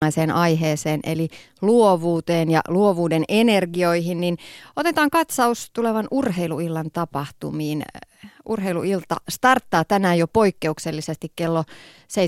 aiheeseen, eli luovuuteen ja luovuuden energioihin, niin otetaan katsaus tulevan urheiluillan tapahtumiin. Urheiluilta starttaa tänään jo poikkeuksellisesti kello 17.45,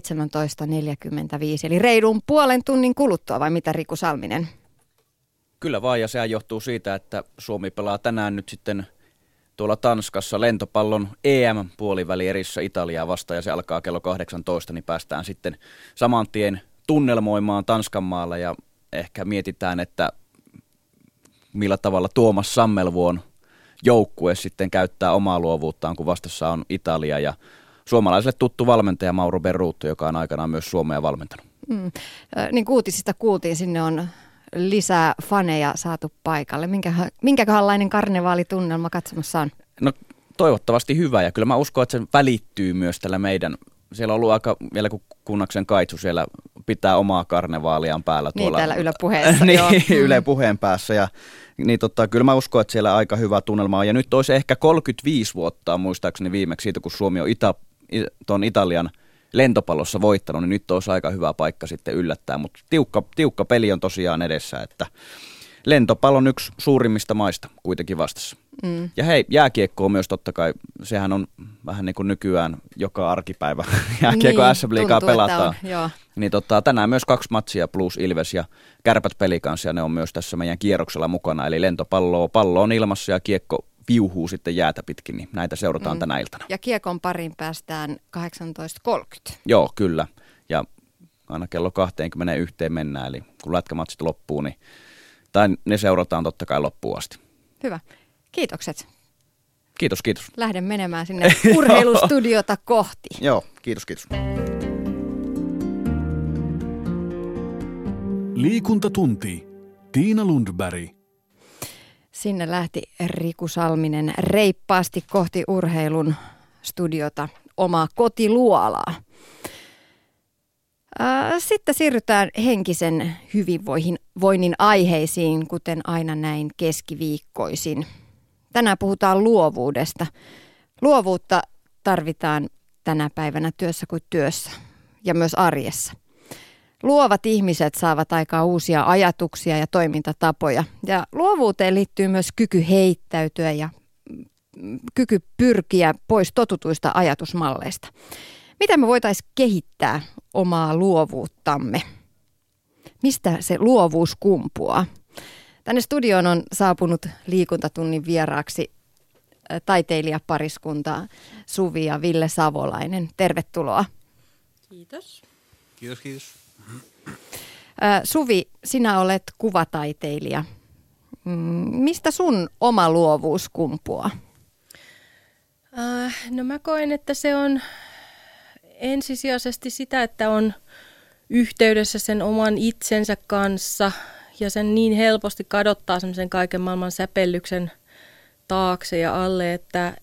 eli reilun puolen tunnin kuluttua, vai mitä Riku Salminen? Kyllä vaan, ja sehän johtuu siitä, että Suomi pelaa tänään nyt sitten tuolla Tanskassa lentopallon EM-puolivälierissä Italiaa vastaan, ja se alkaa kello 18, niin päästään sitten saman tien tunnelmoimaan Tanskan maalla, ja ehkä mietitään, että millä tavalla Tuomas Sammelvuon joukkue sitten käyttää omaa luovuuttaan, kun vastassa on Italia ja suomalaiselle tuttu valmentaja Mauro Berruto, joka on aikanaan myös Suomea valmentanut. Niin uutisista kuultiin, sinne on lisää faneja saatu paikalle. Minkälainen karnevaalitunnelma katsomassa on? No toivottavasti hyvä, ja kyllä mä uskon, että se välittyy myös tällä meidän. Siellä on ollut aika, vielä kun Kunnaksen Kaitsu siellä pitää omaa karnevaaliaan päällä. Niin, tuolla, täällä Yle-puheessa. Niin, Yle Puheen päässä. Ja, niin kyllä mä uskon, että siellä aika hyvä tunnelma on. Ja nyt olisi ehkä 35 vuotta muistaakseni viimeksi siitä, kun Suomi on tuon Italian lentopallossa voittanut, niin nyt olisi aika hyvä paikka sitten yllättää. Mutta tiukka peli on tosiaan edessä, että lentopallon yksi suurimmista maista kuitenkin vastassa. Ja hei, jääkiekko on myös totta kai, sehän on vähän niin kuin nykyään joka arkipäivä jääkiekko niin, SM-liigaa pelataan. Niin tänään myös 2 matsia plus Ilves ja Kärpät Pelikans, ja ne on myös tässä meidän kierroksella mukana. Eli pallo on ilmassa ja kiekko viuhuu sitten jäätä pitkin, niin näitä seurataan tänä iltana. Ja kiekon parin päästään 18.30. Joo, kyllä. Ja aina kello 21 mennään, eli kun lätkämatsit loppuu, niin ne seurataan totta kai loppuun asti. Hyvä. Kiitokset. Kiitos. Lähden menemään sinne urheilustudiota kohti. Joo, kiitos. Liikuntatunti. Tiina Lundberg. Sinne lähti Riku Salminen reippaasti kohti urheilun studiota, omaa kotiluolaa. Sitten siirrytään henkisen hyvinvoinnin aiheisiin, kuten aina näin keskiviikkoisin. Tänään puhutaan luovuudesta. Luovuutta tarvitaan tänä päivänä työssä kuin työssä ja myös arjessa. Luovat ihmiset saavat aikaan uusia ajatuksia ja toimintatapoja. Ja luovuuteen liittyy myös kyky heittäytyä ja kyky pyrkiä pois totutuista ajatusmalleista. Miten me voitaisiin kehittää omaa luovuuttamme? Mistä se luovuus kumpuaa? Tänne studioon on saapunut liikuntatunnin vieraaksi taiteilijapariskunta Suvi ja Ville Savolainen. Tervetuloa. Kiitos. Kiitos. Suvi, sinä olet kuvataiteilija. Mistä sun oma luovuus kumpuaa? No mä koen, että se on ensisijaisesti sitä, että on yhteydessä sen oman itsensä kanssa ja sen niin helposti kadottaa semmoisen kaiken maailman säpellyksen taakse ja alle, että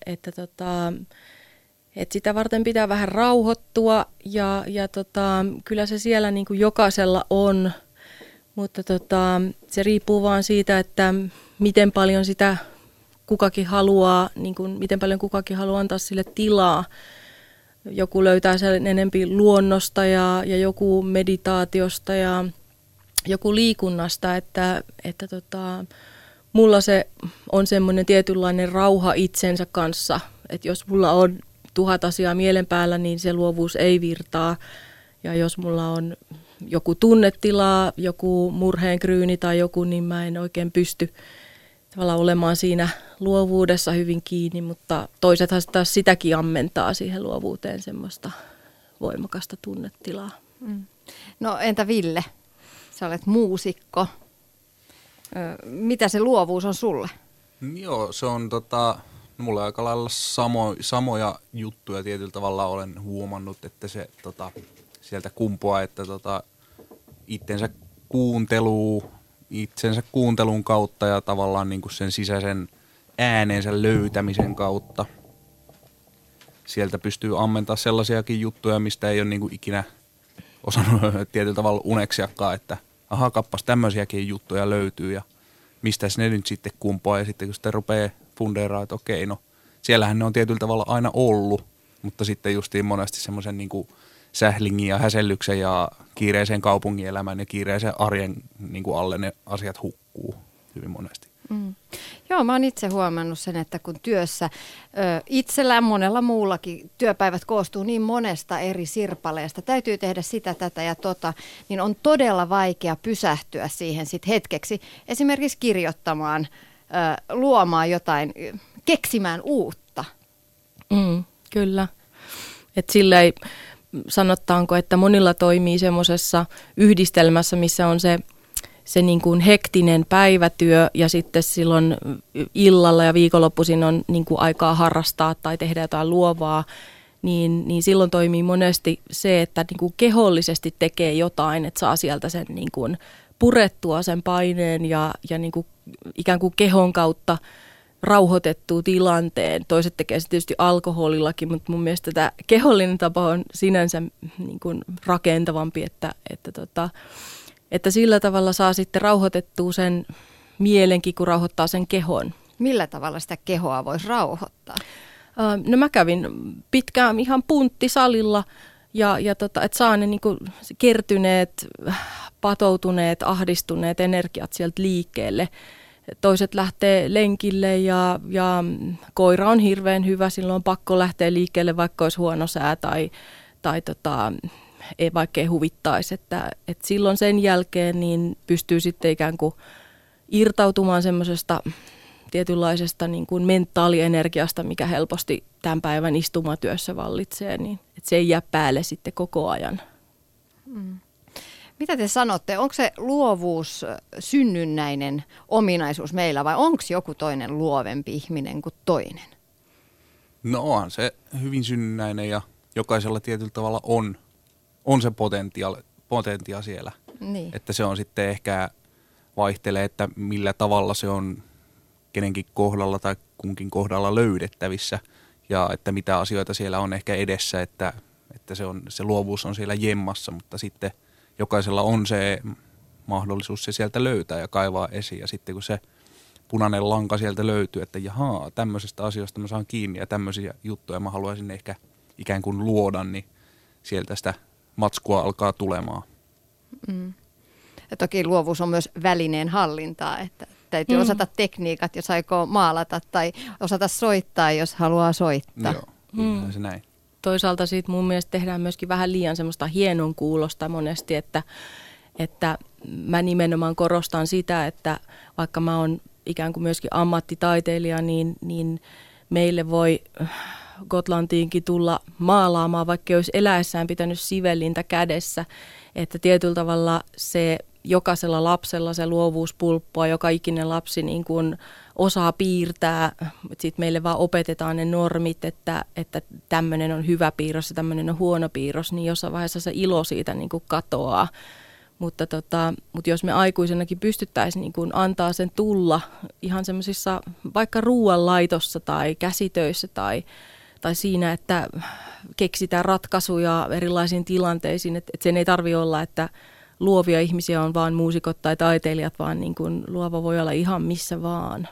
sitä varten pitää vähän rauhoittua ja kyllä se siellä niin kuin jokaisella on, mutta se riippuu vaan siitä, että miten paljon sitä kukakin haluaa, niin kuin miten paljon kukakin haluaa antaa sille tilaa. Joku löytää sen enempi luonnosta ja joku meditaatiosta ja joku liikunnasta, että mulla se on semmoinen tietynlainen rauha itsensä kanssa, että jos mulla on 1000 asiaa mielen päällä, niin se luovuus ei virtaa. Ja jos mulla on joku tunnetila, joku murheenkryyni tai joku, niin mä en oikein pysty tavallaan olemaan siinä luovuudessa hyvin kiinni, mutta toisethan taas sitäkin ammentaa siihen luovuuteen semmoista voimakasta tunnetilaa. No entä Ville? Sä olet muusikko. Mitä se luovuus on sulle? Joo, se on mulla aika lailla samoja juttuja tietyllä tavalla olen huomannut, että se sieltä kumpuaa, että itsensä kuuntelun kautta ja tavallaan niin kuin sen sisäisen äänensä löytämisen kautta. Sieltä pystyy ammentamaan sellaisiakin juttuja, mistä ei ole niin kuin ikinä osannut tietyllä tavalla uneksiakaan, että aha, kappas tämmöisiäkin juttuja löytyy ja mistä ne nyt sitten kumpuaa. Ja sitten kun sitten rupeaa fundeeraamaan, että okei, no siellähän ne on tietyllä tavalla aina ollut, mutta sitten justiin monesti semmoisen niin kuin sählingin ja häsellyksen ja kiireisen kaupungin-elämän ja kiireisen arjen niin kuin alle ne asiat hukkuu hyvin monesti. Joo, mä oon itse huomannut sen, että kun työssä itsellään monella muullakin työpäivät koostuu niin monesta eri sirpaleesta, täytyy tehdä sitä, tätä ja tota, niin on todella vaikea pysähtyä siihen sit hetkeksi, esimerkiksi kirjoittamaan, luomaan jotain, keksimään uutta. Kyllä. Et silleen sanotaanko, että monilla toimii semmoisessa yhdistelmässä, missä on se niin kuin hektinen päivätyö ja sitten silloin illalla ja viikonloppuisin on niin kuin aikaa harrastaa tai tehdä jotain luovaa, niin silloin toimii monesti se, että niin kuin kehollisesti tekee jotain, että saa sieltä sen niin kuin purettua sen paineen ja niin kuin ikään kuin kehon kautta rauhoitettua tilanteen. Toiset tekee se tietysti alkoholillakin, mutta mun mielestä tämä kehollinen tapa on sinänsä niin kuin rakentavampi, että sillä tavalla saa sitten rauhoitettua sen mielenkin, kun rauhoittaa sen kehon. Millä tavalla sitä kehoa voisi rauhoittaa? No mä kävin pitkään ihan punttisalilla ja että saa ne niin kuin kertyneet, patoutuneet, ahdistuneet energiat sieltä liikkeelle. Toiset lähtee lenkille ja koira on hirveän hyvä, silloin on pakko lähteä liikkeelle, vaikka olisi huono sää tai ei vaikka ei huvittaisi, että silloin sen jälkeen niin pystyy sitten ikään kuin irtautumaan semmoisesta tietynlaisesta niin kuin mentaalienergiasta, mikä helposti tämän päivän istumatyössä vallitsee, niin että se ei jää päälle sitten koko ajan. Mitä te sanotte, onko se luovuus synnynnäinen ominaisuus meillä vai onko joku toinen luovempi ihminen kuin toinen? No on se hyvin synnynnäinen ja jokaisella tietyllä tavalla on se potentia siellä. Niin. Että se on sitten ehkä vaihtelee, että millä tavalla se on kenenkin kohdalla tai kunkin kohdalla löydettävissä ja että mitä asioita siellä on ehkä edessä, että se luovuus on siellä jemmassa, mutta sitten jokaisella on se mahdollisuus se sieltä löytää ja kaivaa esiin ja sitten kun se punainen lanka sieltä löytyy, että jahaa, tämmöisestä asioista mä saan kiinni ja tämmöisiä juttuja mä haluaisin ehkä ikään kuin luoda, niin sieltä sitä matskua alkaa tulemaan. Ja toki luovuus on myös välineen hallintaa, että täytyy osata tekniikat, jos aikoo maalata tai osata soittaa, jos haluaa soittaa. Joo, se näin. Toisaalta siitä mun mielestä tehdään myöskin vähän liian semmoista hienon kuulosta monesti, että mä nimenomaan korostan sitä, että vaikka mä oon ikään kuin myöskin ammattitaiteilija, niin meille voi Gotlantiinkin tulla maalaamaan, vaikka olisi eläessään pitänyt sivellintä kädessä, että tietyllä tavalla se jokaisella lapsella se luovuus pulppua, joka ikinen lapsi niin kuin osaa piirtää, sitten meille vaan opetetaan ne normit, että tämmöinen on hyvä piirros ja tämmöinen on huono piirros, niin jossain vaiheessa se ilo siitä niin kuin katoaa. Mutta jos me aikuisenakin pystyttäisiin niin kuin antaa sen tulla ihan semmoisissa vaikka ruoanlaitossa tai käsitöissä tai siinä, että keksitään ratkaisuja erilaisiin tilanteisiin, että sen ei tarvitse olla, että luovia ihmisiä on vaan muusikot tai taiteilijat, vaan niin kuin luova voi olla ihan missä vaan.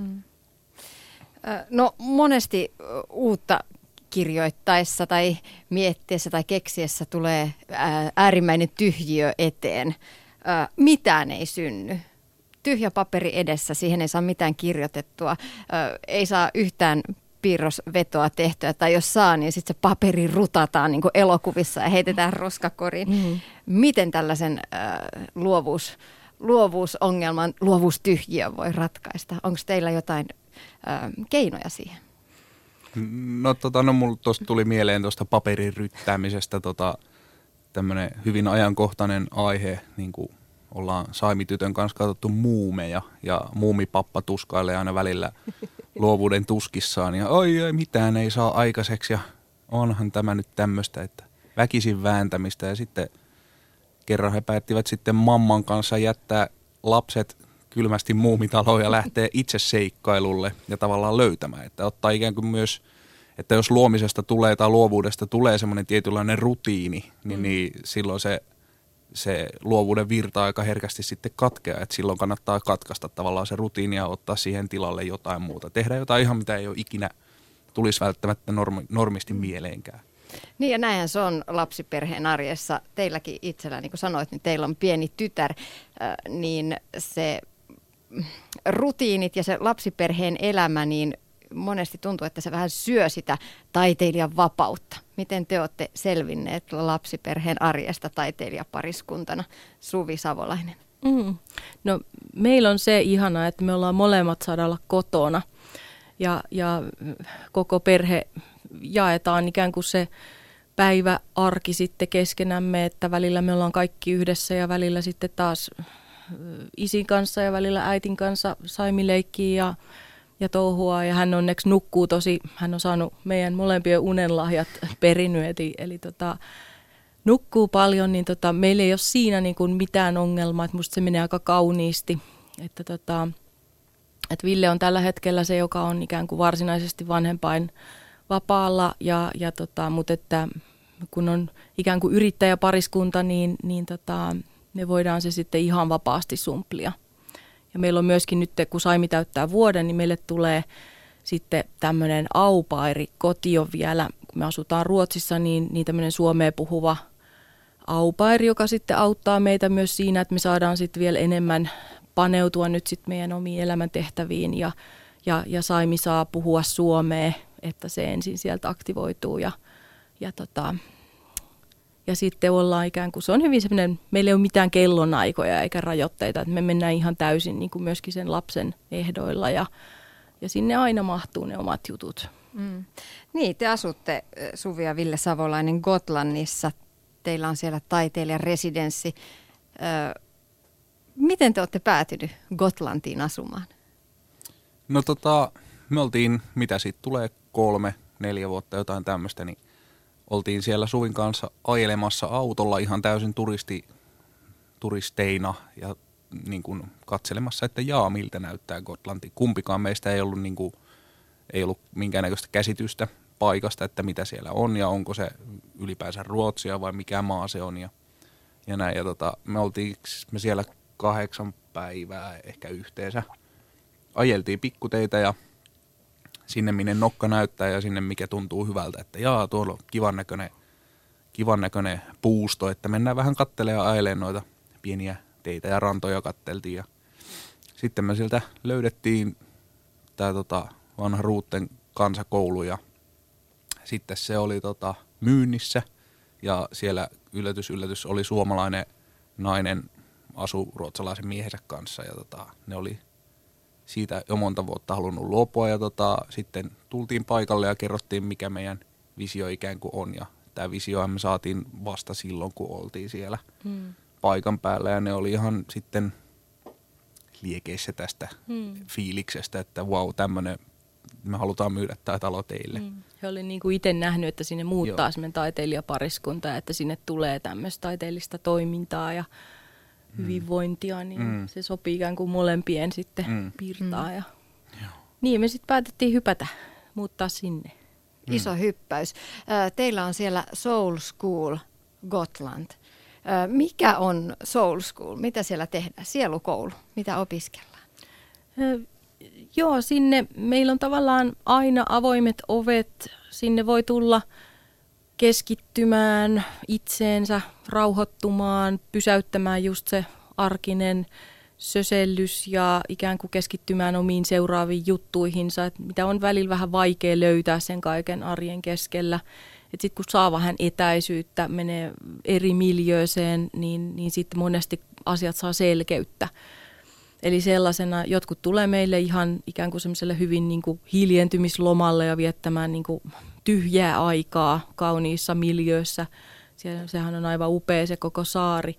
No monesti uutta kirjoittaessa tai miettiessä tai keksiessä tulee äärimmäinen tyhjiö eteen. Mitään ei synny. Tyhjä paperi edessä, siihen ei saa mitään kirjoitettua, ei saa yhtään piirrosvetoa tehtyä, tai jos saa, niin sitten se paperi rutataan niin kuin elokuvissa ja heitetään roskakoriin. Miten tällaisen luovuusongelman, luovuustyhjiön voi ratkaista? Onko teillä jotain keinoja siihen? No mulla tuosta tuli mieleen tuosta paperin ryttäämisestä tämmöinen hyvin ajankohtainen aihe, niin kuin ollaan Saimi-tytön kanssa katsottu muumeja ja muumipappa tuskailee aina välillä luovuuden tuskissaan ja oi mitään ei saa aikaiseksi ja onhan tämä nyt tämmöistä, että väkisin vääntämistä ja sitten kerran he päättivät sitten mamman kanssa jättää lapset kylmästi muumitaloon ja lähtee itse seikkailulle ja tavallaan löytämään, että ottaa ikään kuin myös, että jos luomisesta tulee tai luovuudesta tulee semmoinen tietynlainen rutiini, niin silloin se luovuuden virta aika herkästi sitten katkeaa, että silloin kannattaa katkaista tavallaan se rutiini ja ottaa siihen tilalle jotain muuta. Tehdä jotain ihan mitä ei ole ikinä tulisi välttämättä normisti mieleenkään. Niin ja näinhän se on lapsiperheen arjessa. Teilläkin itsellä, niin kuin sanoit, niin teillä on pieni tytär, niin se rutiinit ja se lapsiperheen elämä, niin monesti tuntuu, että se vähän syö sitä taiteilijan vapautta. Miten te olette selvinneet lapsiperheen arjesta taiteilijapariskuntana, Suvi Savolainen? No meillä on se ihana, että me ollaan molemmat saada olla kotona ja koko perhe jaetaan ikään kuin se päiväarki sitten keskenämme, että välillä me ollaan kaikki yhdessä ja välillä sitten taas isin kanssa ja välillä äitin kanssa Saimi leikkii ja touhua ja hän onneksi nukkuu hän on saanut meidän molempien unenlahjat perinyt, eli nukkuu paljon, niin meillä ei ole siinä niin kuin mitään ongelmaa, että musta se menee aika kauniisti, että Ville on tällä hetkellä se, joka on ikään kuin varsinaisesti vanhempain vapaalla, mutta että kun on ikään kuin yrittäjäpariskunta, niin me voidaan se sitten ihan vapaasti sumplia. Ja meillä on myöskin nyt, kun Saimi täyttää vuoden, niin meille tulee sitten tämmöinen au-pairi-kotio vielä. Kun me asutaan Ruotsissa, niin tämmöinen suomea puhuva au-pairi, joka sitten auttaa meitä myös siinä, että me saadaan sitten vielä enemmän paneutua nyt sitten meidän omiin elämäntehtäviin ja Saimi saa puhua suomea, että se ensin sieltä aktivoituu ja sitten ollaan ikään kuin, se on hyvin semmoinen, meillä ei ole mitään kellonaikoja eikä rajoitteita, että me mennään ihan täysin niin kuin myöskin sen lapsen ehdoilla ja sinne aina mahtuu ne omat jutut. Niin, te asutte Suvi ja Ville Savolainen Gotlannissa, teillä on siellä taiteilijan residenssi. Miten te olette päätynyt Gotlantiin asumaan? No me oltiin, mitä siitä tulee, 3-4 vuotta jotain tämmöistä, niin oltiin siellä Suvin kanssa ajelemassa autolla ihan täysin turisteina ja niin kuin katselemassa, että miltä näyttää Gotlanti. Kumpikaan meistä ei ollut, ei ollut minkäännäköistä käsitystä paikasta, että mitä siellä on ja onko se ylipäänsä Ruotsia vai mikä maa se on ja näin. Ja me siellä 8 päivää ehkä yhteensä. Ajeltiin pikkuteitä ja sinne minne nokka näyttää ja sinne mikä tuntuu hyvältä, että tuolla on kivan näköinen puusto, että mennään vähän katselemaan ja ajelemaan noita pieniä teitä ja rantoja katteltiin ja sitten me sieltä löydettiin tämä vanha Ruutten kansakoulu ja sitten se oli myynnissä ja siellä yllätys oli suomalainen nainen asu ruotsalaisen miehensä kanssa ja ne oli siitä jo monta vuotta halunnut luopua ja sitten tultiin paikalle ja kerrottiin mikä meidän visio ikään kuin on ja tämä visio me saatiin vasta silloin kun oltiin siellä paikan päällä ja ne oli ihan sitten liekeissä tästä fiiliksestä, että tämmöinen, me halutaan myydä tämä talo teille. He oli niin kuin itse nähnyt, että sinne muuttaa semmoinen taiteilijapariskunta ja että sinne tulee tämmöistä taiteellista toimintaa ja hyvinvointia, niin se sopii ikään kuin molempien sitten piirtaa. Ja niin me sitten päätettiin muuttaa sinne. Iso hyppäys. Teillä on siellä Soul School Gotland. Mikä on Soul School? Mitä siellä tehdään? Sielukoulu. Mitä opiskellaan? Sinne meillä on tavallaan aina avoimet ovet. Sinne voi tulla keskittymään itseensä, rauhoittumaan, pysäyttämään just se arkinen sösellys ja ikään kuin keskittymään omiin seuraaviin juttuihinsa, että mitä on välillä vähän vaikea löytää sen kaiken arjen keskellä. Että sitten kun saa vähän etäisyyttä, menee eri miljööseen, niin sitten monesti asiat saa selkeyttä. Eli sellaisena, jotkut tulee meille ihan ikään kuin semmoiselle hyvin niin kuin hiljentymislomalle ja viettämään niin kuin tyhjää aikaa kauniissa miljöössä. Sehän on aivan upea se koko saari.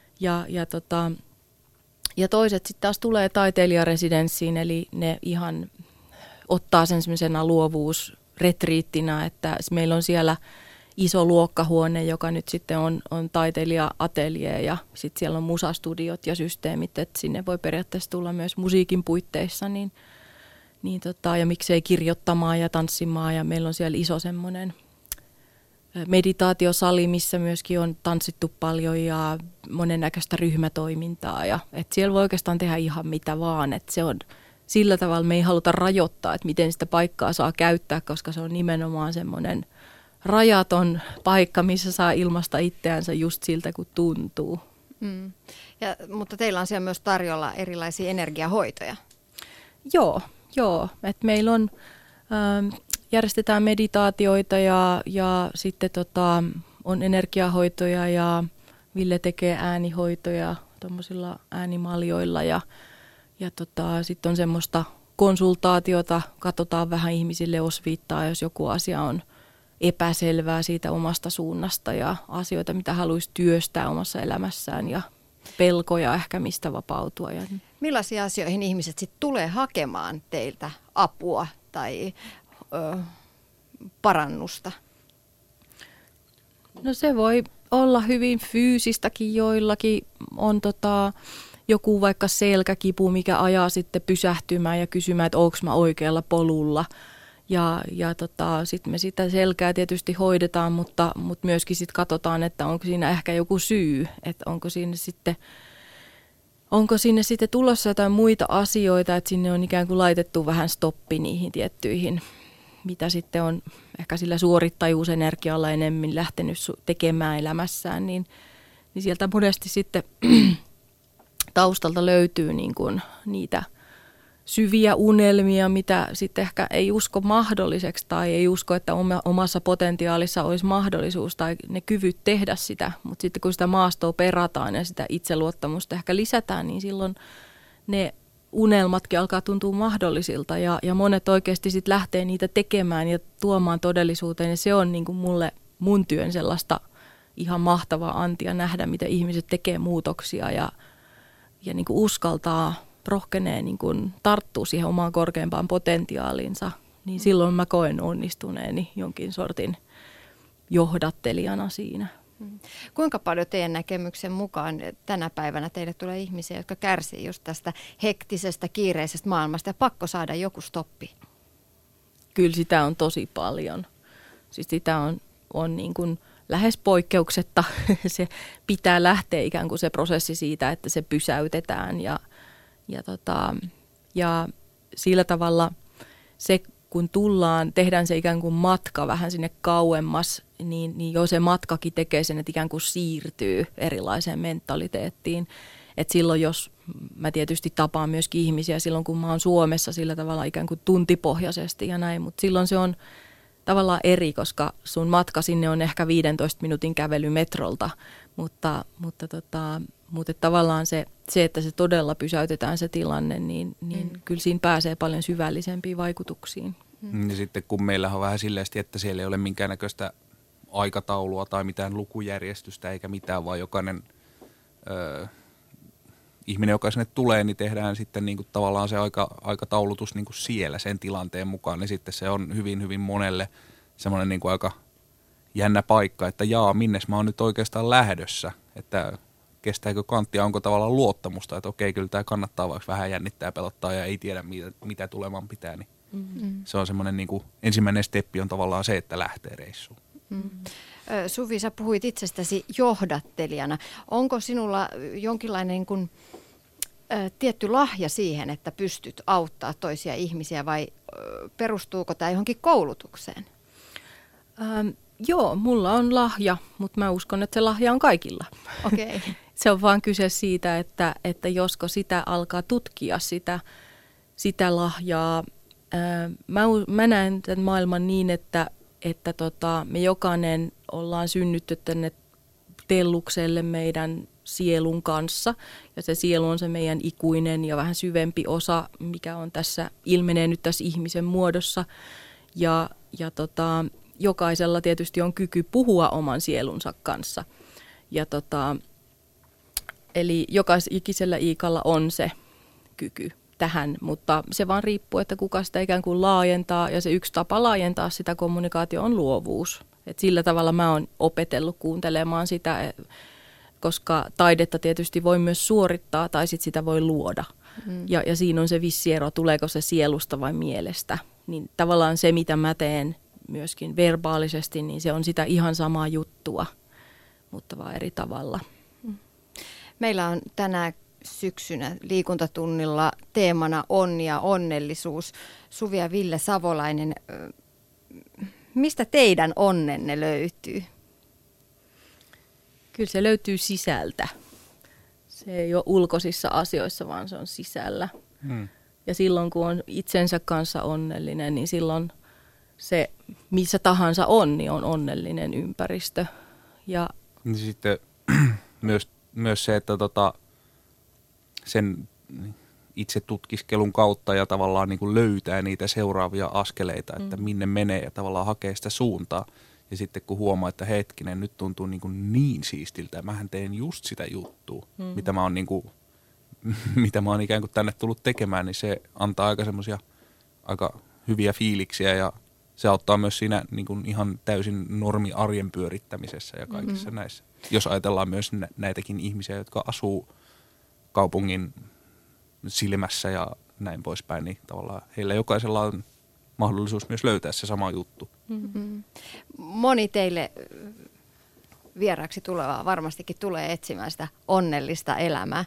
Ja toiset sitten taas tulee taiteilijaresidenssiin, eli ne ihan ottaa sen semmoisena luovuusretriittinä, että meillä on siellä iso luokkahuone, joka nyt sitten on taiteilija-ateljee ja sitten siellä on musastudiot ja systeemit, että sinne voi periaatteessa tulla myös musiikin puitteissa, ja miksei kirjoittamaan ja tanssimaan ja meillä on siellä iso semmoinen meditaatiosali, missä myöskin on tanssittu paljon ja monennäköistä ryhmätoimintaa ja että siellä voi oikeastaan tehdä ihan mitä vaan, että se on sillä tavalla me ei haluta rajoittaa, että miten sitä paikkaa saa käyttää, koska se on nimenomaan semmoinen rajaton paikka, missä saa ilmaista itseänsä just siltä, kun tuntuu. Mutta teillä on siellä myös tarjolla erilaisia energiahoitoja. Joo. Et meillä on, järjestetään meditaatioita ja sitten on energiahoitoja ja Ville tekee äänihoitoja tuommoisilla äänimaljoilla ja sitten on semmoista konsultaatiota, katsotaan vähän ihmisille osviittaa, jos joku asia on epäselvää siitä omasta suunnasta ja asioita, mitä haluaisi työstää omassa elämässään ja pelkoja ehkä mistä vapautua. Millaisiin asioihin ihmiset sitten tulee hakemaan teiltä apua tai parannusta? No se voi olla hyvin fyysistäkin, joillakin on joku vaikka selkäkipu, mikä ajaa sitten pysähtymään ja kysymään, että onko mä oikealla polulla. Ja sitten me sitä selkää tietysti hoidetaan, mutta myöskin sitten katsotaan, että onko siinä ehkä joku syy, että onko sinne sitten tulossa jotain muita asioita, että sinne on ikään kuin laitettu vähän stoppi niihin tiettyihin, mitä sitten on ehkä sillä suorittajuusenergialla enemmän lähtenyt tekemään elämässään, niin sieltä monesti sitten taustalta löytyy niin kuin niitä syviä unelmia, mitä sitten ehkä ei usko mahdolliseksi tai ei usko, että omassa potentiaalissa olisi mahdollisuus tai ne kyvyt tehdä sitä. Mutta sitten kun sitä maastoa perataan ja sitä itseluottamusta ehkä lisätään, niin silloin ne unelmatkin alkaa tuntua mahdollisilta ja monet oikeasti sitten lähtee niitä tekemään ja tuomaan todellisuuteen. Ja se on niin kuin mun työn sellaista ihan mahtavaa antia nähdä, miten ihmiset tekee muutoksia ja niin kuin uskaltaa, rohkenee niin kuin tarttua siihen omaan korkeampaan potentiaaliinsa, niin silloin mä koen onnistuneeni jonkin sortin johdattelijana siinä. Kuinka paljon teidän näkemyksen mukaan tänä päivänä teille tulee ihmisiä, jotka kärsii just tästä hektisestä, kiireisestä maailmasta ja pakko saada joku stoppi? Kyllä sitä on tosi paljon. Siis sitä on niin kuin lähes poikkeuksetta. Se pitää lähteä ikään kuin se prosessi siitä, että se pysäytetään ja sillä tavalla se, kun tehdään se ikään kuin matka vähän sinne kauemmas, niin jo se matkakin tekee sen, että ikään kuin siirtyy erilaiseen mentaliteettiin. Et silloin, jos mä tietysti tapaan myöskin ihmisiä silloin, kun mä oon Suomessa sillä tavalla ikään kuin tuntipohjaisesti ja näin, mutta silloin se on tavallaan eri, koska sun matka sinne on ehkä 15 minuutin kävely metrolta, mutta tavallaan se, että se todella pysäytetään se tilanne, niin kyllä siinä pääsee paljon syvällisempiin vaikutuksiin. Ja sitten kun meillä on vähän silleen, että siellä ei ole minkäännäköistä aikataulua tai mitään lukujärjestystä eikä mitään, vaan jokainen ihminen, joka sinne tulee, niin tehdään sitten niin kuin tavallaan se aikataulutus niin kuin siellä sen tilanteen mukaan. Ja sitten se on hyvin, hyvin monelle semmoinen niin kuin aika jännä paikka, että minnes mä oon nyt oikeastaan lähdössä, että kestääkö kanttia, onko tavallaan luottamusta, että okei, kyllä tämä kannattaa, vaikka vähän jännittää, pelottaa ja ei tiedä, mitä tulemaan pitää. Niin se on semmoinen niin kuin ensimmäinen steppi on tavallaan se, että lähtee reissuun. Suvi, sä puhuit itsestäsi johdattelijana. Onko sinulla jonkinlainen niin kuin, tietty lahja siihen, että pystyt auttaa toisia ihmisiä vai perustuuko tämä johonkin koulutukseen? Joo, mulla on lahja, mutta mä uskon, että se lahja on kaikilla. Okay. Se on vaan kyse siitä, että josko sitä alkaa tutkia sitä lahjaa. Mä näen tämän maailman niin, että me jokainen ollaan synnytty tänne tellukselle meidän sielun kanssa. Ja se sielu on se meidän ikuinen ja vähän syvempi osa, mikä on ilmenee nyt tässä ihmisen muodossa. Ja jokaisella tietysti on kyky puhua oman sielunsa kanssa. Eli jokaisella iikalla on se kyky tähän, mutta se vaan riippuu, että kuka sitä ikään kuin laajentaa. Ja se yksi tapa laajentaa sitä kommunikaatio on luovuus. Et sillä tavalla mä oon opetellut kuuntelemaan sitä, koska taidetta tietysti voi myös suorittaa tai sit sitä voi luoda. Ja siinä on se vissi ero, tuleeko se sielusta vai mielestä. Niin tavallaan se, mitä mä teen myöskin verbaalisesti, niin se on sitä ihan samaa juttua, mutta vaan eri tavalla. Meillä on tänä syksynä liikuntatunnilla teemana onni ja onnellisuus. Suvi ja Ville Savolainen, Mistä teidän onnenne löytyy? Kyllä se löytyy sisältä. Se ei ole ulkoisissa asioissa, vaan se on sisällä. Ja silloin, kun on itsensä kanssa onnellinen, niin silloin se, missä tahansa on, niin on onnellinen ympäristö. Ja niin sitten myös se, että sen itse tutkiskelun kautta ja tavallaan niin kuin löytää niitä seuraavia askeleita, että minne menee ja tavallaan hakee sitä suuntaa. Ja sitten kun huomaa, että hetkinen, nyt tuntuu niin siistiltä, mähän teen just sitä juttua, mitä mä oon ikään kuin tänne tullut tekemään, niin se antaa aika semmoisia aika hyviä fiiliksiä ja se auttaa myös siinä niin kuin ihan täysin normi-arjen pyörittämisessä ja kaikissa näissä. Jos ajatellaan myös näitäkin ihmisiä, jotka asuu kaupungin silmässä ja näin poispäin, niin tavallaan heillä jokaisella on mahdollisuus myös löytää se sama juttu. Moni teille vieraaksi tulevaa varmastikin tulee etsimään sitä onnellista elämää.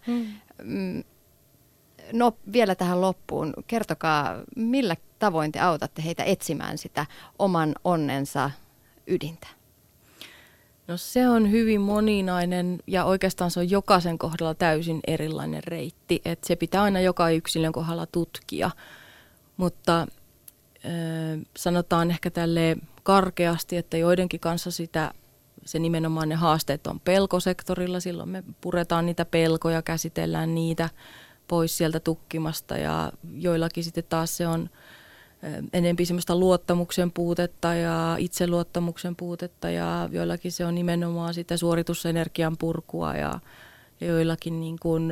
No vielä tähän loppuun. Kertokaa, millä tavoin te autatte heitä etsimään sitä oman onnensa ydintä? No se on hyvin moninainen ja oikeastaan se on jokaisen kohdalla täysin erilainen reitti. Että se pitää aina joka yksilön kohdalla tutkia, mutta sanotaan ehkä tälleen karkeasti, että joidenkin kanssa se nimenomaan ne haasteet on pelkosektorilla. Silloin me puretaan niitä pelkoja, käsitellään niitä pois sieltä tukkimasta ja joillakin sitten taas se on enemmän semmoista luottamuksen puutetta ja itseluottamuksen puutetta ja joillakin se on nimenomaan sitä suoritusenergian purkua ja joillakin,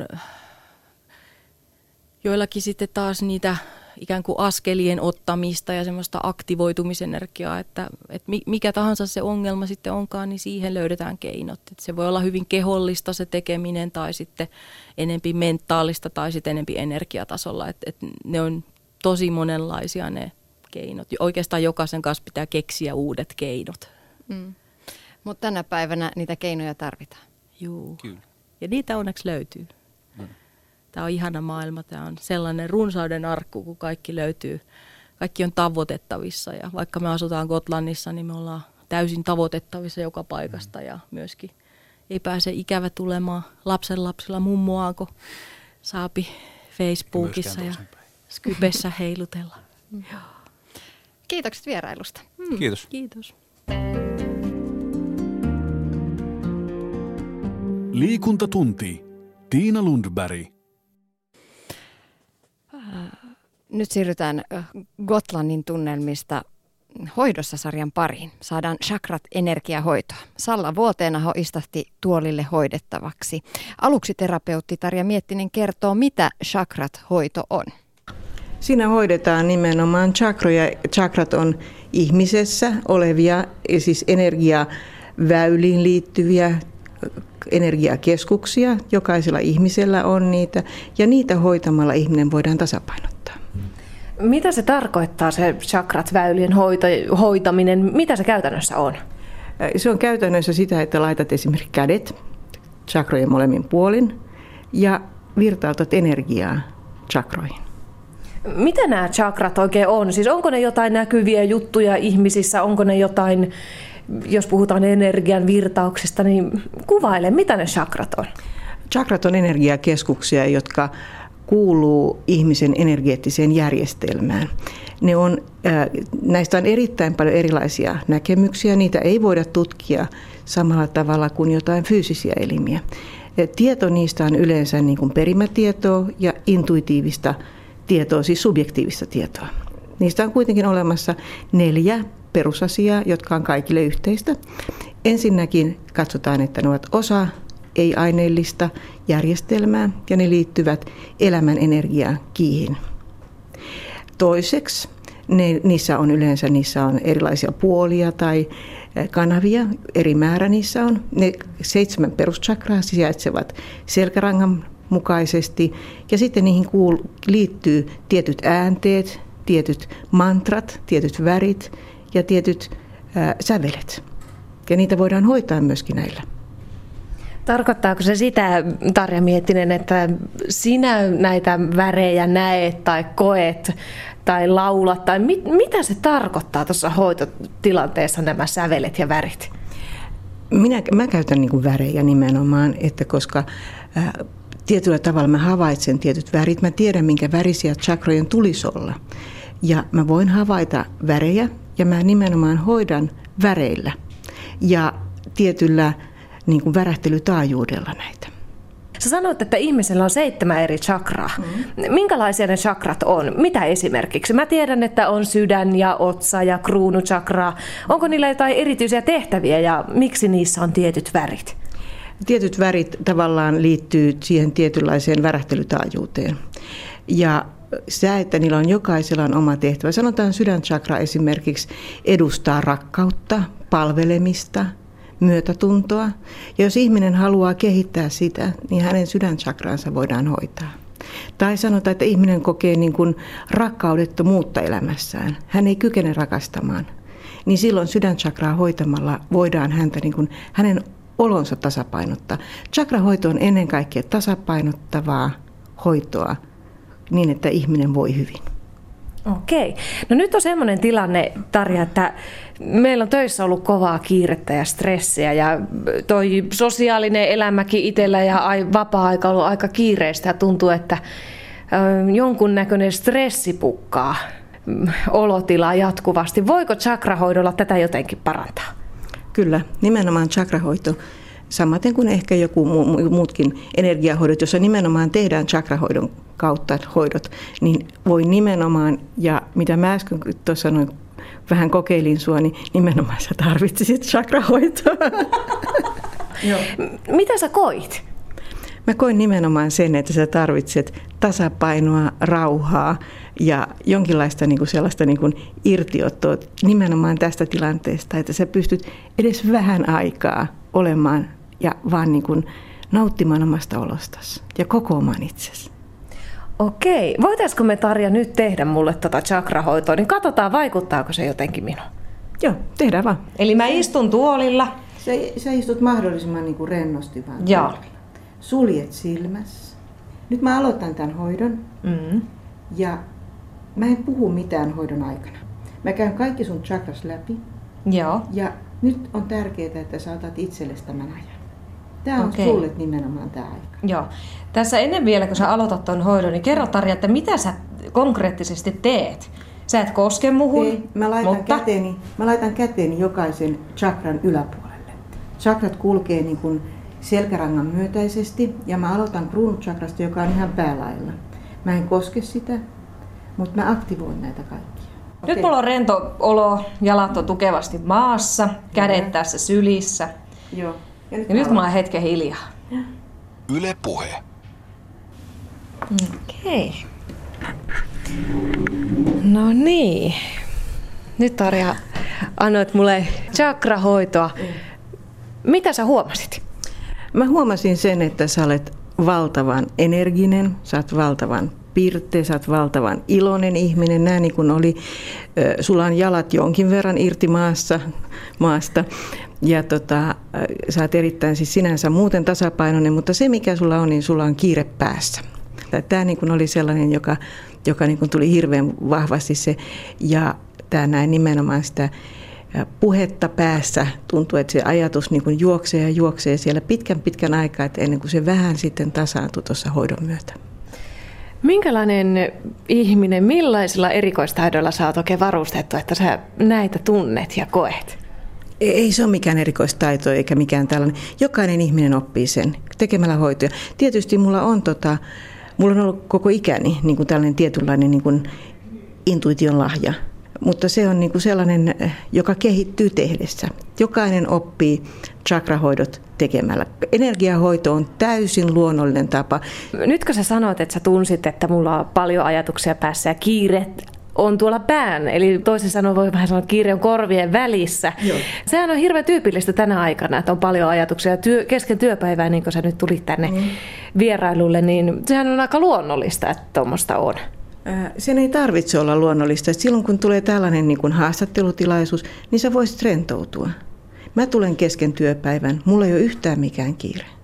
joillakin sitten taas niitä ikään kuin askelien ottamista ja semmoista aktivoitumisenergiaa, että mikä tahansa se ongelma sitten onkaan, niin siihen löydetään keinot. Että se voi olla hyvin kehollista se tekeminen tai sitten enempi mentaalista tai sitten enempi energiatasolla, että ne on tosi monenlaisia ne keinot. Oikeastaan jokaisen kanssa pitää keksiä uudet keinot. Mutta tänä päivänä niitä keinoja tarvitaan. Joo. Kyllä. Ja niitä onneksi löytyy. Tämä on ihana maailma. Tämä on sellainen runsauden arkku, kun kaikki löytyy. Kaikki on tavoitettavissa. Ja vaikka me asutaan Gotlannissa, niin me ollaan täysin tavoitettavissa joka paikasta. Ja myöskin ei pääse ikävä tulemaan lapsenlapsilla mummoaako saapi Facebookissa ja Skypessä heilutella. Kiitokset vierailusta. Kiitos. Kiitos. Liikuntatunti. Tiina Lundberg. Nyt siirrytään Gotlannin tunnelmista hoidossa-sarjan pariin. Saadaan chakrat energiahoitoa. Salla Vuoteenaho istahti tuolille hoidettavaksi. Aluksi terapeutti Tarja Miettinen kertoo, mitä chakrat-hoito on. Siinä hoidetaan nimenomaan chakroja. Chakrat on ihmisessä olevia, siis energiaväyliin liittyviä energiakeskuksia. Jokaisella ihmisellä on niitä ja niitä hoitamalla ihminen voidaan tasapainottaa. Mitä se tarkoittaa, se chakrat-väylien hoitaminen? Mitä se käytännössä on? Se on käytännössä sitä, että laitat esimerkiksi kädet chakrojen molemmin puolin ja virtautat energiaa chakroihin. Mitä nämä chakrat oikein on? Siis onko ne jotain näkyviä juttuja ihmisissä? Onko ne jotain, jos puhutaan energian virtauksesta, niin kuvaile, mitä ne chakrat on? Chakrat on energiakeskuksia, jotka kuuluu ihmisen energeettiseen järjestelmään. Näistä on erittäin paljon erilaisia näkemyksiä. Niitä ei voida tutkia samalla tavalla kuin jotain fyysisiä elimiä. Tieto niistä on yleensä niin kuin perimätietoa ja intuitiivista tietoa, siis subjektiivista tietoa. Niistä on kuitenkin olemassa 4 perusasiaa, jotka on kaikille yhteistä. Ensinnäkin katsotaan, että ne ovat osa ei-aineellista järjestelmää ja ne liittyvät elämän energiakiihin. Toiseksi niissä on erilaisia puolia tai kanavia, eri määrä niissä on. Ne 7 peruschakraa sijaitsevat selkärangan mukaisesti ja sitten niihin liittyy tietyt äänteet, tietyt mantrat, tietyt värit ja tietyt sävelet. Ja niitä voidaan hoitaa myöskin näillä. Tarkoittaako se sitä, Tarja Miettinen, että sinä näitä värejä näet tai koet tai laulat, tai mitä se tarkoittaa tuossa hoitotilanteessa nämä sävelet ja värit? Mä käytän niin kuin värejä nimenomaan, että koska tietyllä tavalla mä havaitsen tietyt värit, mä tiedän minkä värisiä chakrojen tulisi olla. Ja mä voin havaita värejä ja mä nimenomaan hoidan väreillä ja tietyllä niin kuin värähtelytaajuudella näitä. Sä sanoit, että ihmisellä on 7 eri chakraa. Minkälaisia ne chakrat on? Mitä esimerkiksi? Mä tiedän, että on sydän ja otsa ja kruunuchakraa. Onko niillä jotain erityisiä tehtäviä ja miksi niissä on tietyt värit? Tietyt värit tavallaan liittyy siihen tietynlaiseen värähtelytaajuuteen. Ja se, että niillä on jokaisella on oma tehtävä. Sanotaan sydänchakra esimerkiksi edustaa rakkautta, palvelemista, myötätuntoa. Ja jos ihminen haluaa kehittää sitä, niin hänen sydänchakraansa voidaan hoitaa. Tai sanotaan, että ihminen kokee niin kuin rakkaudettomuutta elämässään. Hän ei kykene rakastamaan. Niin silloin sydänchakraa hoitamalla voidaan häntä niin kuin, hänen olonsa tasapainottaa. Chakrahoito on ennen kaikkea tasapainottavaa hoitoa niin, että ihminen voi hyvin. Okei. No nyt on semmoinen tilanne, Tarja, että meillä on töissä ollut kovaa kiirettä ja stressiä ja toi sosiaalinen elämäkin itsellä ja vapaa-aika on ollut aika kiireistä ja tuntuu, että jonkunnäköinen stressi pukkaa olotilaa jatkuvasti. Voiko chakrahoidolla tätä jotenkin parantaa? Kyllä, nimenomaan chakrahoito, samaten kuin ehkä joku muutkin energiahoidot, jossa nimenomaan tehdään chakrahoidon kautta hoidot, niin voi nimenomaan, ja mitä mä äsken tuossa sanoin, vähän kokeilin sua, niin nimenomaan sä tarvitsisit chakrahoitoa. Mitä sä koit? Mä koin nimenomaan sen, että sä tarvitset tasapainoa, rauhaa ja jonkinlaista niin kuin sellaista niin kuin irtiottoa nimenomaan tästä tilanteesta, että sä pystyt edes vähän aikaa olemaan ja vaan niin kuin nauttimaan omasta olostasi ja kokoamaan itsesi. Okei. Voitaisiko me, Tarja, nyt tehdä mulle tota chakrahoitoa, niin katsotaan vaikuttaako se jotenkin minuun. Joo, tehdään vaan. Eli mä istun tuolilla. Sä istut mahdollisimman niin kuin rennosti vaan. Joo. Suljet silmässä. Nyt mä aloitan tämän hoidon ja mä en puhu mitään hoidon aikana. Mä käyn kaikki sun chakras läpi. Joo. Ja nyt on tärkeää, että sä otat itsellesi tämän ajan. Tämä on sulle nimenomaan tämä aika. Joo. Tässä ennen vielä, kun sä aloitat ton hoidon, niin kerro, Tarja, että mitä sä konkreettisesti teet? Sä et koske muhun, ei, mä laitan käteeni jokaisen chakran yläpuolelle. Chakrat kulkee niin kuin selkärangan myötäisesti ja mä aloitan kruunuchakrasta, joka on ihan päälailla. Mä en koske sitä, mutta mä aktivoin näitä kaikkia. Nyt mulla on rento olo, jalat on tukevasti maassa, kädet tässä sylissä. Joo. Ja nyt mulla on hetken hiljaa. Yle Puhe. Okei. No niin. Nyt, Tarja, annoit mulle chakrahoitoa. Mitä sä huomasit? Mä huomasin sen, että sä olet valtavan energinen, sä oot valtavan pirteä, sä oot valtavan iloinen ihminen. Nää niin kuin oli, sulla on jalat jonkin verran irti maasta. Ja sä oot erittäin siis sinänsä muuten tasapainoinen, mutta se mikä sulla on, niin sulla on kiire päässä. Tämä niin kuin oli sellainen, joka niin kuin tuli hirveän vahvasti se, ja tämä näin nimenomaan sitä puhetta päässä. Tuntuu, että se ajatus niin kuin juoksee siellä pitkän aikaa, että ennen kuin se vähän sitten tasaantui tuossa hoidon myötä. Minkälainen ihminen, millaisilla erikoistaidoilla sä oot oikein varustettu, että sä näitä tunnet ja koet? Ei se ole mikään erikoistaito eikä mikään tällainen. Jokainen ihminen oppii sen tekemällä hoitoja. Tietysti mulla on ollut koko ikäni niin kuin tällainen tietynlainen niin kuin intuition lahja. Mutta se on niin kuin sellainen, joka kehittyy tehdessä. Jokainen oppii chakrahoidot tekemällä. Energiahoito on täysin luonnollinen tapa. Nyt kun sä sanoit, että sä tunsit, että mulla on paljon ajatuksia päässä ja kiire on tuolla pään, eli toisin sanoen voi vähän sanoa, että kiire on korvien välissä. Joo. Sehän on hirveän tyypillistä tänä aikana, että on paljon ajatuksia kesken työpäivää, niin kuin sä nyt tulit tänne vierailulle, niin sehän on aika luonnollista, että tuommoista on. Sen ei tarvitse olla luonnollista. Silloin kun tulee tällainen niin kuin haastattelutilaisuus, niin sä voisit rentoutua. Mä tulen kesken työpäivän, mulla ei ole yhtään mikään kiire.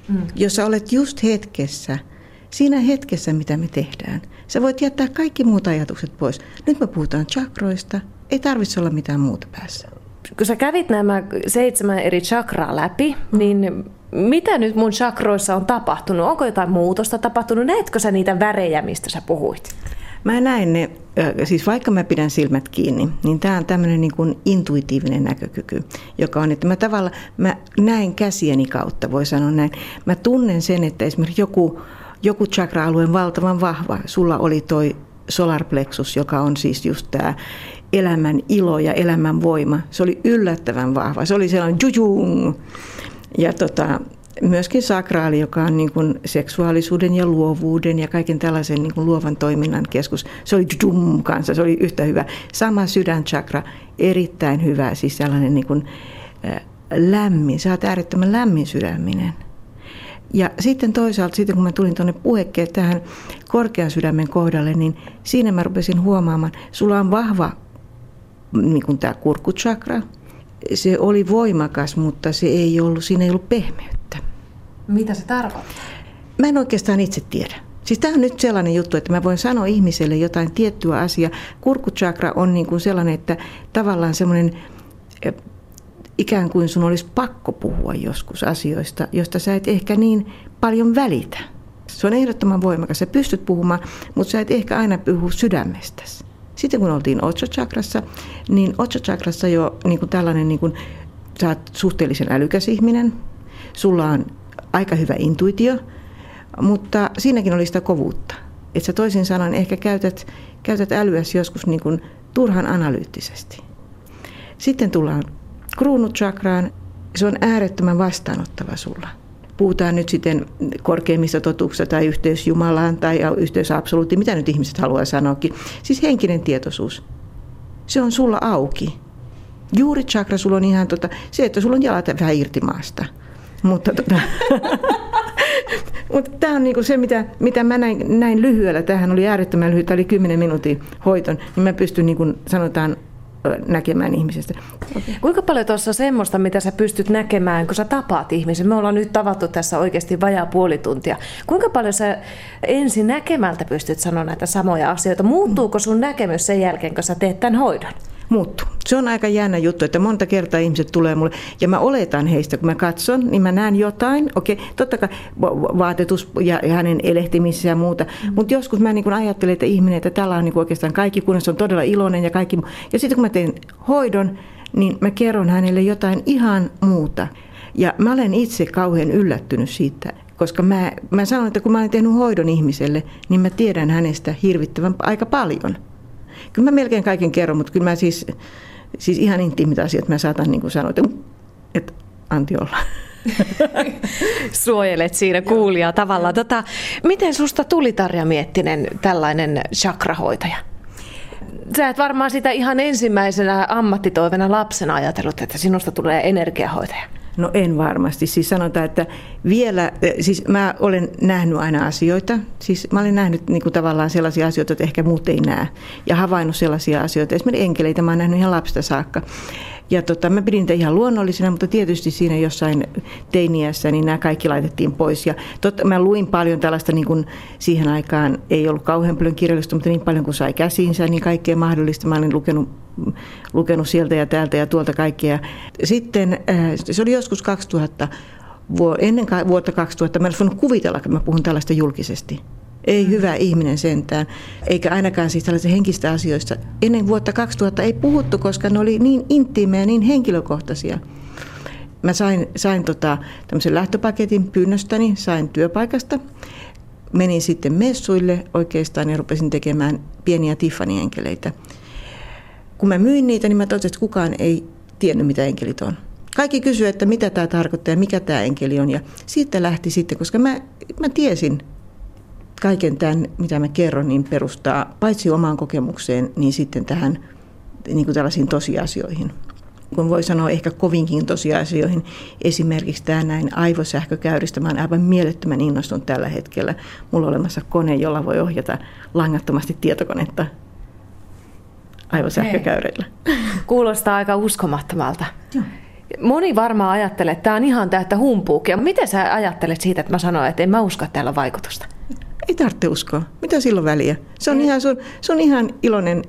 Jos sä olet just hetkessä, siinä hetkessä mitä me tehdään, sä voit jättää kaikki muut ajatukset pois. Nyt me puhutaan chakroista, ei tarvitse olla mitään muuta päässä. Kun sä kävit nämä 7 eri chakraa läpi, niin mitä nyt mun chakroissa on tapahtunut? Onko jotain muutosta tapahtunut? Näetkö sä niitä värejä, mistä sä puhuit? Mä näen ne, siis vaikka mä pidän silmät kiinni, niin tää on tämmöinen niin kuin intuitiivinen näkökyky, joka on, että mä näen käsieni kautta, voi sanoa näin. Mä tunnen sen, että esimerkiksi joku chakra-alue on valtavan vahva. Sulla oli toi solar plexus, joka on siis just tää elämän ilo ja elämän voima. Se oli yllättävän vahva. Se oli sellainen jujung. Ja myöskin sakraali, joka on niin kuin seksuaalisuuden ja luovuuden ja kaiken tällaisen niin kuin luovan toiminnan keskus. Se oli jujum kanssa, se oli yhtä hyvä. Sama sydänchakra, erittäin hyvä, siis sellainen niin kuin lämmin. Sä oot äärettömän lämmin sydäminen. Ja sitten toisaalta, kun mä tulin tuonne puhekkeen tähän korkean sydämen kohdalle, niin siinä mä rupesin huomaamaan, sulla on vahva niin kuin tämä kurkkuchakra. Se oli voimakas, mutta siinä ei ollut pehmeyttä. Mitä se tarkoittaa? Mä en oikeastaan itse tiedä. Siis tämä on nyt sellainen juttu, että mä voin sanoa ihmiselle jotain tiettyä asiaa. Kurkkuchakra on niin kuin sellainen, että tavallaan semmoinen ikään kuin sun olisi pakko puhua joskus asioista, josta sä et ehkä niin paljon välitä. Se on ehdottoman voimakas. Sä pystyt puhumaan, mutta sä et ehkä aina puhu sydämestäsi. Sitten kun oltiin Otsha-chakrassa, niin Otsha-chakrassa jo niin kuin tällainen, niin kuin, sä oot suhteellisen älykäs ihminen, sulla on aika hyvä intuitio, mutta siinäkin oli sitä kovuutta. Että sä toisin sanoen ehkä käytät älyäsi joskus niin kuin turhan analyyttisesti. Sitten tullaan kruunuchakraan, se on äärettömän vastaanottava sulla. Puhutaan nyt sitten korkeimmista totuuksista tai yhteys Jumalaan tai yhteys absoluuttiin, mitä nyt ihmiset haluaa sanoakin. Siis henkinen tietoisuus. Se on sulla auki. Juuri chakra sulla on ihan se, että sulla on jalat vähän irti maasta. Mutta mutta tämä on niinku se, mitä mä näin lyhyellä. Tämähän oli äärettömän lyhyt, tämä oli 10 minuutin hoiton, niin mä pystyn niin kuin sanotaan näkemään ihmisestä. Okay. Kuinka paljon tuossa semmoista, mitä sä pystyt näkemään, kun sä tapaat ihmisen? Me ollaan nyt tavattu tässä oikeasti vajaa puoli tuntia. Kuinka paljon sä ensin näkemältä pystyt sanoa näitä samoja asioita? Muuttuuko sun näkemys sen jälkeen, kun sä teet tämän hoidon? Muuttuu. Se on aika jännä juttu, että monta kertaa ihmiset tulee mulle, ja mä oletan heistä, kun mä katson, niin mä näen jotain, okei, totta kai vaatetus ja hänen elehtimisensä ja muuta, mutta joskus mä niin ajattelen, että ihminen, että tällä on niin oikeastaan kaikki, kunnes on todella iloinen ja kaikki, ja sitten kun mä teen hoidon, niin mä kerron hänelle jotain ihan muuta, ja mä olen itse kauhean yllättynyt siitä, koska mä sanon, että kun mä olen tehnyt hoidon ihmiselle, niin mä tiedän hänestä hirvittävän aika paljon. Kyllä mä melkein kaiken kerron, mutta kyllä mä siis ihan intiimit asiat mä saatan niin kuin sanoa, että anti olla. Suojelet siinä kuulijaa tavallaan. Miten susta tuli, Tarja Miettinen, tällainen chakrahoitaja? Sä et varmaan sitä ihan ensimmäisenä ammattitoivena lapsena ajatellut, että sinusta tulee energiahoitaja. No en varmasti. Siis sanotaan, että siis mä olen nähnyt aina asioita. Siis mä olen nähnyt niin kuin tavallaan sellaisia asioita, että ehkä muut ei näe. Ja havainnut sellaisia asioita. Esimerkiksi enkeleitä mä oon nähnyt ihan lapsesta saakka. Ja mä pidin niitä ihan luonnollisena, mutta tietysti siinä jossain teiniässä niin nämä kaikki laitettiin pois. Ja mä luin paljon tällaista, niin kuin siihen aikaan ei ollut kauhean paljon kirjallisuutta, mutta niin paljon kuin sai käsiinsä, niin kaikkea mahdollista. Mä olin lukenut sieltä ja täältä ja tuolta kaikkea. Sitten se oli joskus 2000, ennen vuotta 2000, mä en voinut kuvitella, että mä puhun tällaista julkisesti. Ei hyvä ihminen sentään, eikä ainakaan siis tällaisista henkistä asioista. Ennen vuotta 2000 ei puhuttu, koska ne oli niin intiimejä, niin henkilökohtaisia. Mä sain tämmöisen lähtöpaketin pyynnöstäni, sain työpaikasta. Menin sitten messuille oikeastaan ja rupesin tekemään pieniä Tiffany-enkeleitä. Kun mä myin niitä, niin mä totesin, että kukaan ei tiennyt, mitä enkelit on. Kaikki kysyivät, että mitä tämä tarkoittaa ja mikä tämä enkeli on. Ja siitä lähti sitten, koska mä tiesin, kaiken tämän, mitä mä kerron, niin perustaa paitsi omaan kokemukseen, niin sitten tähän niin kuin tällaisiin tosiasioihin. Kun voi sanoa ehkä kovinkin tosiasioihin, esimerkiksi tämä näin aivosähkökäyristä. Mä olen aivan mielettömän innostunut tällä hetkellä. Mulla on olemassa kone, jolla voi ohjata langattomasti tietokonetta aivosähkökäyreillä. Kuulostaa aika uskomattomalta. Joo. Moni varmaan ajattelee, että tämä on ihan täyttä humpuukia. Miten sä ajattelet siitä, että mä sanoin, että en mä usko, että täällä on vaikutusta? Ei tarvitse uskoa. Mitä silloin väliä? Se on ihan iloinen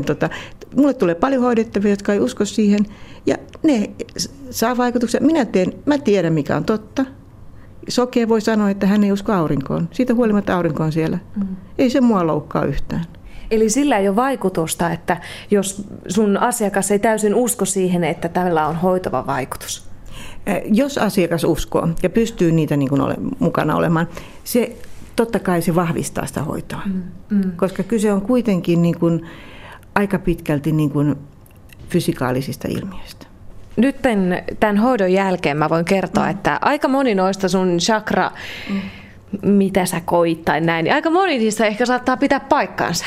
mulle tulee paljon hoidettavia, jotka ei usko siihen. Ja ne saa vaikutuksia. Mä tiedän, mikä on totta. Sokea voi sanoa, että hän ei usko aurinkoon. Siitä huolimatta aurinko on siellä. Ei se mua loukkaa yhtään. Eli sillä ei ole vaikutusta, että jos sun asiakas ei täysin usko siihen, että tällä on hoitava vaikutus? Jos asiakas uskoo ja pystyy niitä niin kuin mukana olemaan, totta kai se vahvistaa sitä hoitoa. Koska kyse on kuitenkin niin kuin aika pitkälti niin kuin fysikaalisista ilmiöistä. Nyt tämän hoidon jälkeen mä voin kertoa, että aika moni noista sun chakra, mitä sä koit tai näin, niin aika moni niistä ehkä saattaa pitää paikkaansa.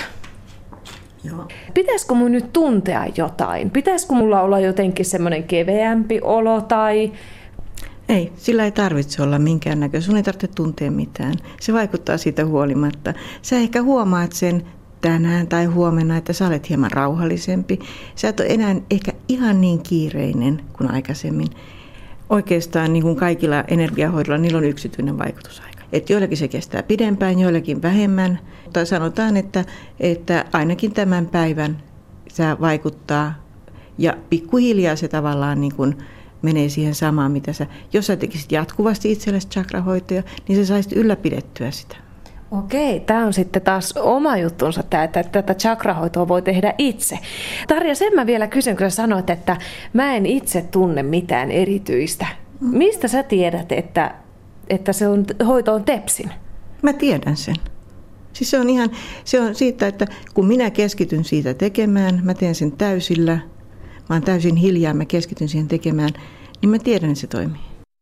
Joo. Pitäisikö mun nyt tuntea jotain? Pitäisikö mulla olla jotenkin semmoinen keveämpi olo tai... Ei, sillä ei tarvitse olla minkäännäköistä. Sun ei tarvitse tuntea mitään. Se vaikuttaa siitä huolimatta. Sä ehkä huomaat sen tänään tai huomenna, että sä olet hieman rauhallisempi. Sä et ole enää ehkä ihan niin kiireinen kuin aikaisemmin. Oikeastaan niin kuin kaikilla energiahoidoilla, niillä on yksityinen vaikutusaika. Että joillakin se kestää pidempään, joillakin vähemmän. Mutta sanotaan, että ainakin tämän päivän se vaikuttaa ja pikkuhiljaa se tavallaan niin kuin menee siihen samaan, mitä jos sä tekisit jatkuvasti itsellesi chakrahoitoja, niin sä saisit ylläpidettyä sitä. Okei, tämä on sitten taas oma juttunsa, että tätä chakrahoitoa voi tehdä itse. Tarja, sen mä vielä kysyn, kun sä sanoit, että mä en itse tunne mitään erityistä. Mistä sä tiedät, että hoito on tepsin? Mä tiedän sen. Siis se on siitä, että kun minä keskityn siitä tekemään, mä teen sen täysillä, mä oon täysin hiljaa, mä keskityn siihen tekemään, niin mä tiedän, että se toimii.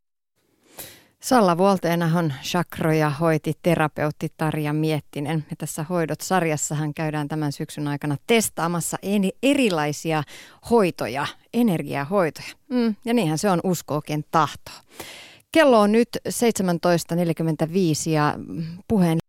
Salla Vuolteenahon chakroja hoiti terapeutti Tarja Miettinen. Ja tässä Hoidot-sarjassahan käydään tämän syksyn aikana testaamassa erilaisia hoitoja, energiahoitoja. Ja niinhän se on usko-oikein tahtoa. Kello on nyt 17.45 ja puheen